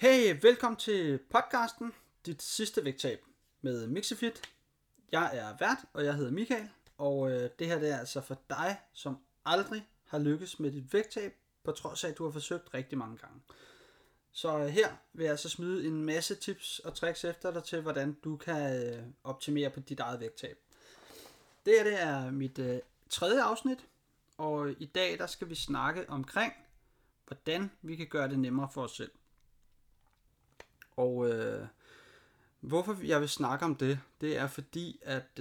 Hey, velkommen til podcasten Dit sidste vægttab med Mixifit. Jeg er vært, og jeg hedder Michael, og det her det er altså for dig, som aldrig har lykkes med dit vægttab, på trods af at du har forsøgt rigtig mange gange. Så her vil jeg altså smide en masse tips og tricks efter dig til, hvordan du kan optimere på dit eget vægttab. Det her det er mit tredje afsnit, og i dag der skal vi snakke omkring, hvordan vi kan gøre det nemmere for os selv. Og hvorfor jeg vil snakke om det, det er fordi, at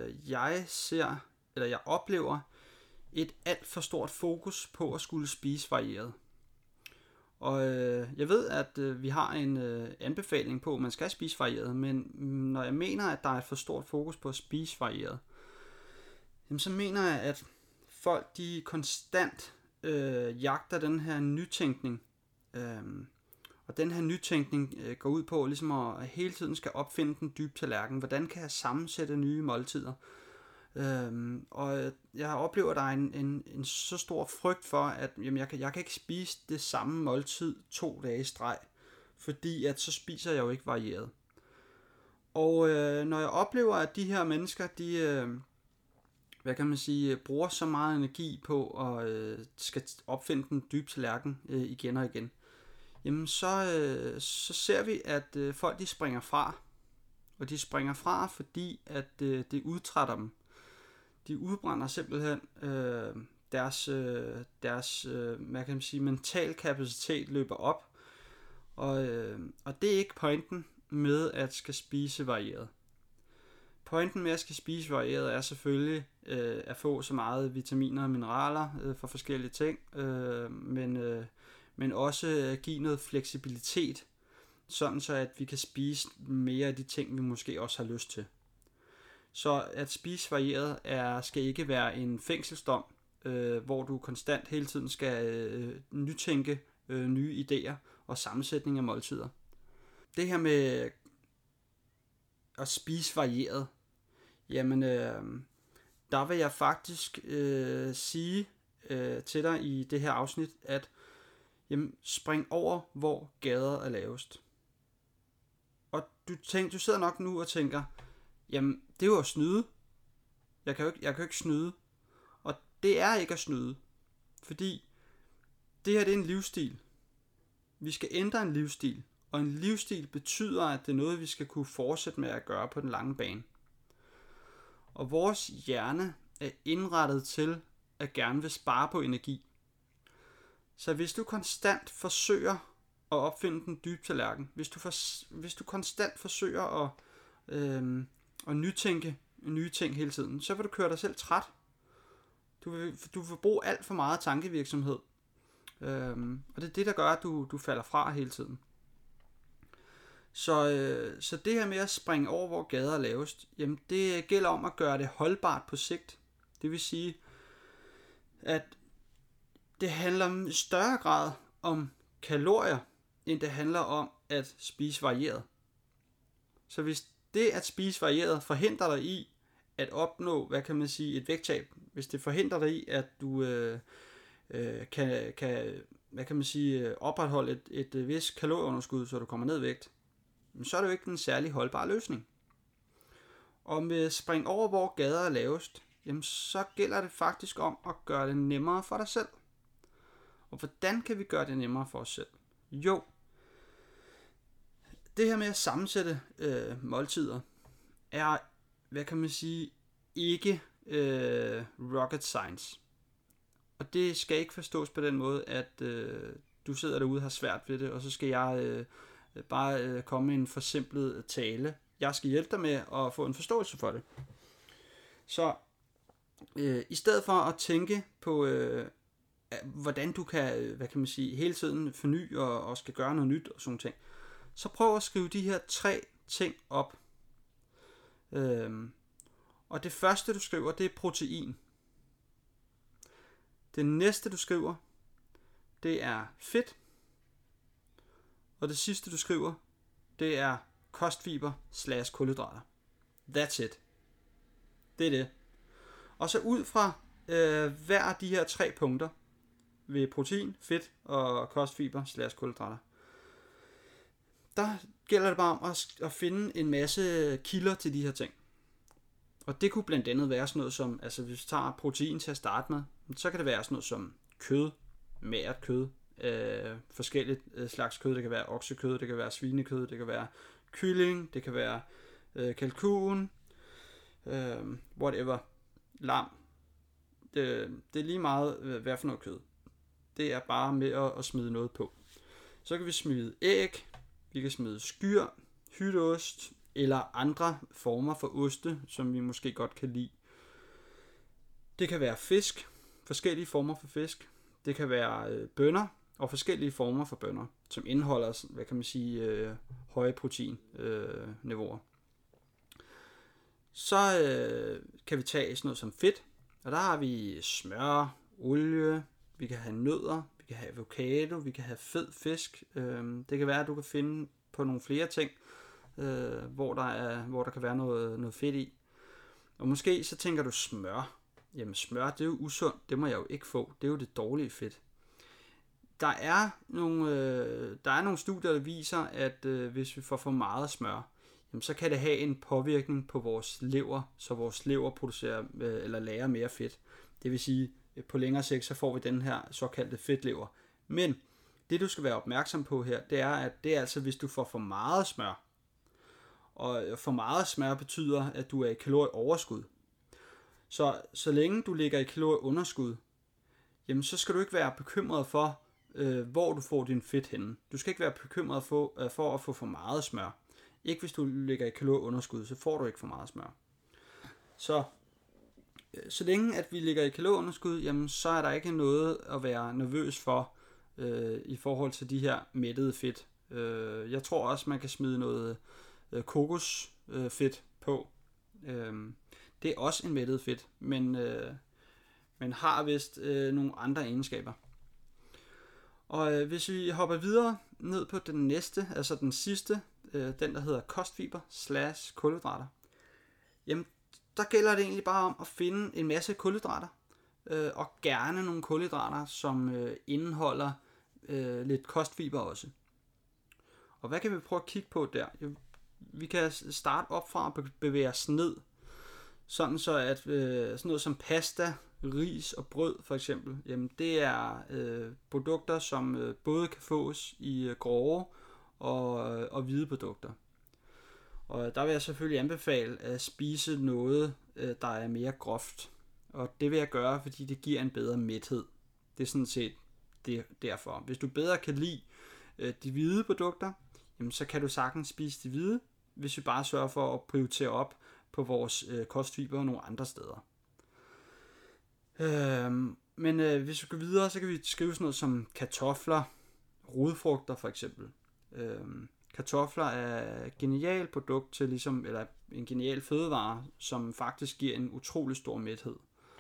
jeg oplever et alt for stort fokus på at skulle spise varieret. Og jeg ved, at vi har en anbefaling på, at man skal spise varieret, men når jeg mener, at der er et for stort fokus på at spise varieret, jamen, så mener jeg, at folk de konstant jagter den her nytænkning. Og den her nytænkning går ud på ligesom at hele tiden skal opfinde den dybe tallerken. Hvordan kan jeg sammensætte nye måltider? Og jeg oplever, at der er en så stor frygt for, at jamen, jeg kan ikke spise det samme måltid 2 dage i streg, fordi at så spiser jeg jo ikke varieret. Og når jeg oplever, at de her mennesker, de bruger så meget energi på at skal opfinde den dybe tallerken igen og igen, jamen så ser vi, at folk de springer fra. Og de springer fra, fordi at det udtrætter dem. De udbrænder simpelthen deres mental kapacitet løber op. Og det er ikke pointen med at skal spise varieret. Pointen med at skal spise varieret er selvfølgelig at få så meget vitaminer og mineraler for forskellige ting, men også give noget fleksibilitet, sådan så at vi kan spise mere af de ting, vi måske også har lyst til. Så at spise varieret skal ikke være en fængselsdom, hvor du konstant hele tiden skal nytænke nye idéer og sammensætning af måltider. Det her med at spise varieret, jamen der vil jeg faktisk sige til dig i det her afsnit, at jamen, spring over, hvor gader er lavest. Og du sidder nok nu og tænker, jamen, det er jo at snyde. Jeg kan jo ikke snyde. Og det er ikke at snyde. Fordi det her det er en livsstil. Vi skal ændre en livsstil. Og en livsstil betyder, at det er noget, vi skal kunne fortsætte med at gøre på den lange bane. Og vores hjerne er indrettet til at gerne vil spare på energi. Så hvis du konstant forsøger at opfinde den dybe tallerken, hvis du konstant forsøger at nytænke nye ting hele tiden, så vil du køre dig selv træt. Du vil bruge alt for meget tankevirksomhed. Og det er det, der gør, at du falder fra hele tiden. Så det her med at springe over, hvor gader er lavest, jamen det gælder om at gøre det holdbart på sigt. Det vil sige, at det handler i større grad om kalorier, end det handler om at spise varieret. Så hvis det at spise varieret forhindrer dig i at opnå, et vægttab, hvis det forhindrer dig i, at du kan opretholde et vis kalorieunderskud, så du kommer ned i vægt, så er det jo ikke en særlig holdbar løsning. Og med spring over, hvor gader er lavest, jamen så gælder det faktisk om at gøre det nemmere for dig selv. Og hvordan kan vi gøre det nemmere for os selv? Jo, det her med at sammensætte måltider er, ikke rocket science. Og det skal ikke forstås på den måde, at du sidder derude og har svært ved det, og så skal jeg bare komme med en forsimplet tale. Jeg skal hjælpe dig med at få en forståelse for det. Så i stedet for at tænke på hvordan du kan, hele tiden forny og skal gøre noget nyt og sådan ting, så prøv at skrive de her 3 ting op. Og det første du skriver, det er protein. Det næste du skriver, det er fedt. Og det sidste du skriver, det er kostfiber / kulhydrater. That's it. Det er det. Og så ud fra hver af de her 3 punkter, ved protein, fedt og kostfiber / kulhydrater, der gælder det bare om at finde en masse kilder til de her ting. Og det kunne blandt andet være sådan noget som, altså hvis vi tager protein til at starte med, så kan det være sådan noget som kød, magert kød, forskelligt slags kød. Det kan være oksekød, det kan være svinekød, det kan være kylling, det kan være kalkun, whatever, lam. Det er lige meget, hvad for noget kød. Det er bare med at smide noget på. Så kan vi smide æg, vi kan smide skyr, hytteost eller andre former for oste, som vi måske godt kan lide. Det kan være fisk, forskellige former for fisk. Det kan være bønner og forskellige former for bønner, som indeholder, hvad kan man sige, høje proteinniveauer. Så kan vi tage sådan noget som fedt, og der har vi smør, olie, vi kan have nødder, vi kan have avocado, vi kan have fed fisk. Det kan være, at du kan finde på nogle flere ting, hvor der kan være noget fedt i. Og måske så tænker du smør. Jamen smør, det er jo usundt, det må jeg jo ikke få. Det er jo det dårlige fedt. Der er nogle studier, der viser, at hvis vi får for meget smør, jamen, så kan det have en påvirkning på vores lever, så vores lever producerer eller lagrer mere fedt. Det vil sige, på længere sigt, så får vi den her såkaldte fedtlever. Men det du skal være opmærksom på her, det er, at det er altså, hvis du får for meget smør. Og for meget smør betyder, at du er i kalorieoverskud. Så længe du ligger i kalorieunderskud, jamen så skal du ikke være bekymret for, hvor du får din fedt henne. Du skal ikke være bekymret for at få for meget smør. Ikke hvis du ligger i kalorieunderskud, så får du ikke for meget smør. Så længe at vi ligger i kalorieunderskud, jamen så er der ikke noget at være nervøs for i forhold til de her mættede fedt. Jeg tror også, man kan smide noget kokosfedt på. Det er også en mættet fedt, men har vist nogle andre egenskaber. Og hvis vi hopper videre ned på den næste, altså den sidste, den der hedder kostfiber / kulhydrater, jamen der gælder det egentlig bare om at finde en masse kulhydrater, og gerne nogle kulhydrater, som indeholder lidt kostfiber også. Og hvad kan vi prøve at kigge på der? Vi kan starte op fra at bevæge os ned, sådan så at sådan noget som pasta, ris og brød for eksempel, jamen det er produkter, som både kan fås i grove og hvide produkter. Og der vil jeg selvfølgelig anbefale at spise noget, der er mere groft. Og det vil jeg gøre, fordi det giver en bedre mæthed. Det er sådan set derfor. Hvis du bedre kan lide de hvide produkter, jamen så kan du sagtens spise de hvide, hvis vi bare sørger for at prioritere op på vores kostfiber nogle andre steder. Men hvis vi går videre, så kan vi skrive sådan noget som kartofler, rodfrugter for eksempel. Kartofler er et genialt produkt til eller en genial fødevare, som faktisk giver en utrolig stor mæthed.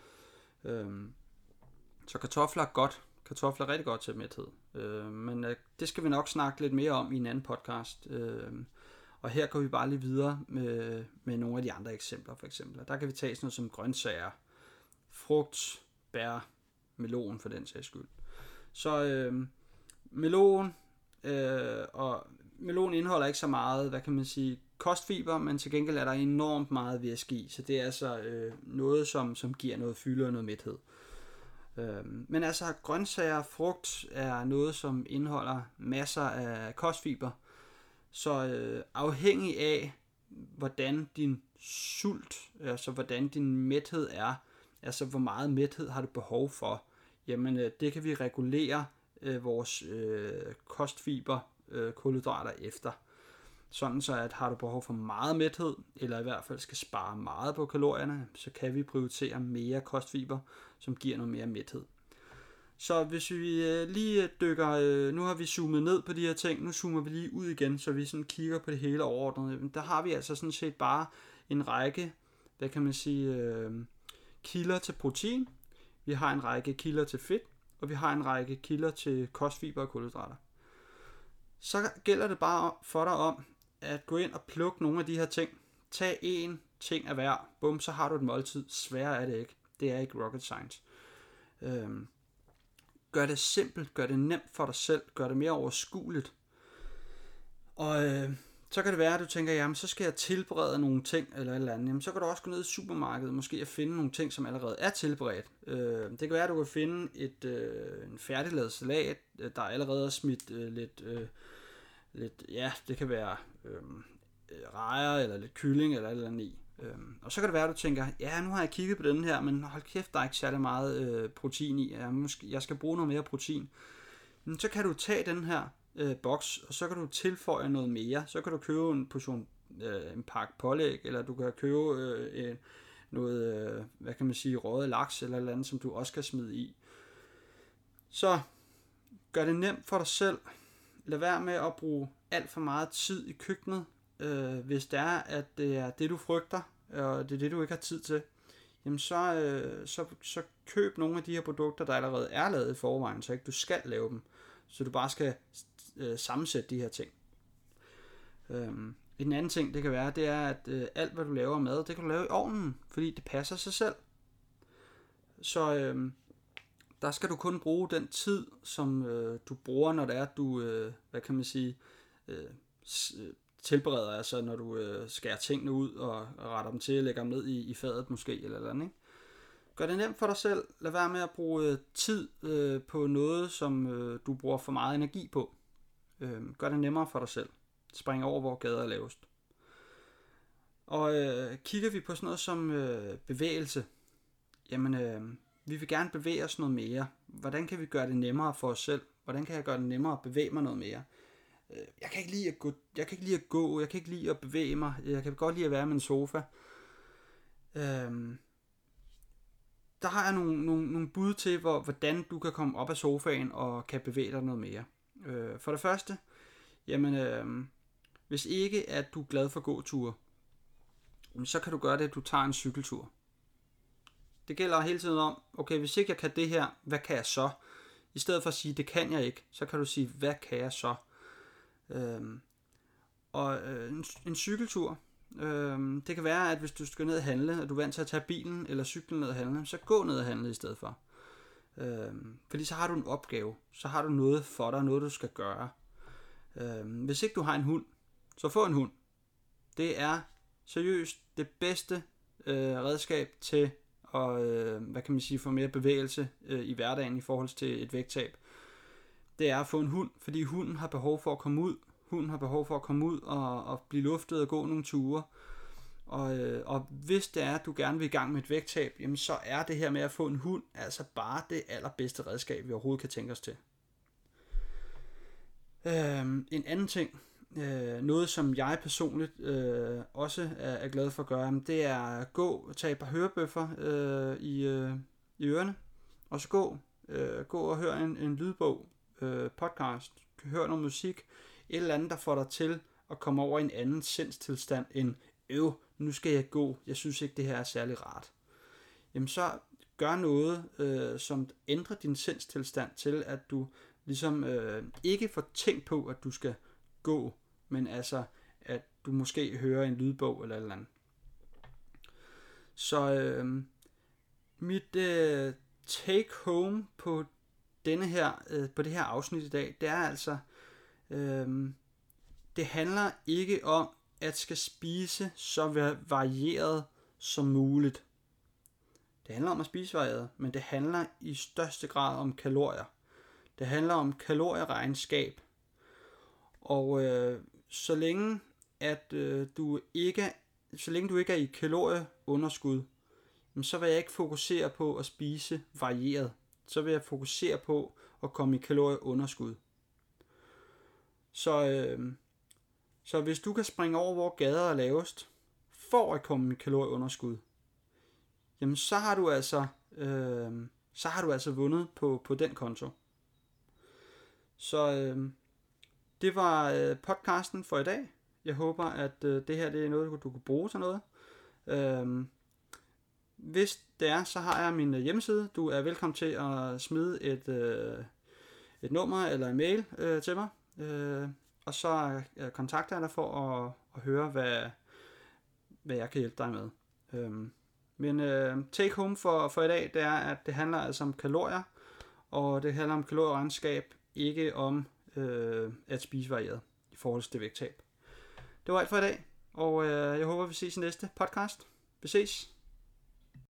Så kartofler er godt. Kartofler er rigtig godt til mæthed. Men det skal vi nok snakke lidt mere om i en anden podcast. Og her går vi bare lige videre med nogle af de andre eksempler for eksempel. Der kan vi tage sådan noget som grøntsager, frugt, bær, melon for den sags skyld. Så melon indeholder ikke så meget, hvad kan man sige, kostfiber, men til gengæld er der enormt meget væske i, så det er altså noget, som giver noget fylde og noget mæthed. Men altså grøntsager og frugt er noget, som indeholder masser af kostfiber, så afhængig af, hvordan din sult, altså hvordan din mæthed er, altså hvor meget mæthed har du behov for, jamen det kan vi regulere vores kostfiber, kulhydrater efter. Sådan så at har du behov for meget mæthed, eller i hvert fald skal spare meget på kalorierne, så kan vi prioritere mere kostfiber, som giver noget mere mæthed. Så hvis vi lige dykker, nu har vi zoomet ned på de her ting, nu zoomer vi lige ud igen, så vi sådan kigger på det hele overordnet. Der har vi altså sådan set bare en række, hvad kan man sige, kilder til protein, vi har en række kilder til fedt, og vi har en række kilder til kostfiber og kulhydrater. Så gælder det bare for dig om at gå ind og plukke nogle af de her ting. Tag én ting af hver. Bum, så har du et måltid. Sværere er det ikke. Det er ikke rocket science. Gør det simpelt. Gør det nemt for dig selv. Gør det mere overskueligt. Og så kan det være, at du tænker, jamen så skal jeg tilberede nogle ting eller et eller andet. Jamen så kan du også gå ned i supermarkedet måske at finde nogle ting, som allerede er tilberedt. Det kan være, at du kan finde en færdiglavet salat, der allerede er smidt lidt, ja, det kan være rejer eller lidt kylling eller et eller andet i. Og så kan det være, at du tænker, ja, nu har jeg kigget på den her, men hold kæft, der er ikke særlig meget protein i. Jeg skal bruge noget mere protein. Men så kan du tage den her boks, og så kan du tilføje noget mere. Så kan du købe en portion, en pakke pålæg, eller du kan købe noget, hvad kan man sige, røget laks eller noget andet, som du også kan smide i. Så gør det nemt for dig selv. Lad være med at bruge alt for meget tid i køkkenet, hvis det er, at det er det, du frygter, og det er det, du ikke har tid til. Jamen så køb nogle af de her produkter, der allerede er lavet i forvejen, så ikke du skal lave dem, så du bare skal sammensætte de her ting. En anden ting, det kan være, det er, at alt, hvad du laver af mad, det kan du lave i ovnen, fordi det passer sig selv. Så der skal du kun bruge den tid, som du bruger, når det er, at du, hvad kan man sige, tilbereder, altså når du skærer tingene ud og retter dem til, lægger dem ned i fadet måske, eller andet, ikke? Gør det nemt for dig selv. Lad være med at bruge tid på noget, som du bruger for meget energi på. Gør det nemmere for dig selv. Spring over, hvor gader er lavest. Og kigger vi på sådan noget som bevægelse, jamen vi vil gerne bevæge os noget mere. Hvordan kan vi gøre det nemmere for os selv? Hvordan kan jeg gøre det nemmere at bevæge mig noget mere? Jeg kan ikke lide at gå, jeg kan ikke lide at bevæge mig. Jeg kan godt lide at være med en sofa. Der har jeg nogle bud til, hvordan du kan komme op af sofaen og kan bevæge dig noget mere. For det første, jamen, hvis ikke at du er glad for gåture, så kan du gøre det, at du tager en cykeltur. Det gælder hele tiden om, okay, hvis ikke jeg kan det her, hvad kan jeg så? I stedet for at sige, det kan jeg ikke, så kan du sige, hvad kan jeg så? En cykeltur, det kan være, at hvis du skal ned og handle, og du er vant til at tage bilen eller cyklen ned og handle, så gå ned og handle i stedet for. Fordi så har du en opgave, så har du noget for dig, noget du skal gøre. Hvis ikke du har en hund, så få en hund. Det er seriøst det bedste redskab til at, hvad kan man sige, få mere bevægelse i hverdagen i forhold til et vægttab. Det er at få en hund, fordi hunden har behov for at komme ud. Hunden har behov for at komme ud og blive luftet og gå nogle ture. Og hvis det er, at du gerne vil i gang med et vægttab, jamen så er det her med at få en hund altså bare det allerbedste redskab, vi overhovedet kan tænke os til. En anden ting, noget som jeg personligt også er glad for at gøre, det er at gå og tage et par hørebøffer i ørerne, og så gå og høre en lydbog, podcast, hør noget musik, et eller andet, der får dig til at komme over i en anden sindstilstand end, nu skal jeg gå, jeg synes ikke det her er særlig rart. Jamen så gør noget, som ændrer din sindstilstand til, at du ligesom ikke får tænkt på, at du skal gå, men altså, at du måske hører en lydbog eller et eller andet. Så mit take home på på det her afsnit i dag, det er altså, det handler ikke om at skal spise så varieret som muligt. Det handler om at spise varieret, men det handler i største grad om kalorier. Det handler om kalorieregnskab. Og så længe du ikke er i kalorieunderskud, så vil jeg ikke fokusere på at spise varieret. Så vil jeg fokusere på at komme i kalorieunderskud. Så hvis du kan springe over, hvor gader er lavest, for at komme i kalorieunderskud, jamen så har du altså vundet på den konto. Så det var podcasten for i dag. Jeg håber, at det her det er noget, du kan bruge til noget. Hvis det er, så har jeg min hjemmeside. Du er velkommen til at smide et nummer eller en mail til mig. Og så kontakter jeg dig for at høre, hvad jeg kan hjælpe dig med. Men take home for i dag, det er, at det handler altså om kalorier, og det handler om kalorieregnskab, ikke om at spise varieret. forhold til det vægttab. Det var alt for i dag, og jeg håber, vi ses i næste podcast. Vi ses.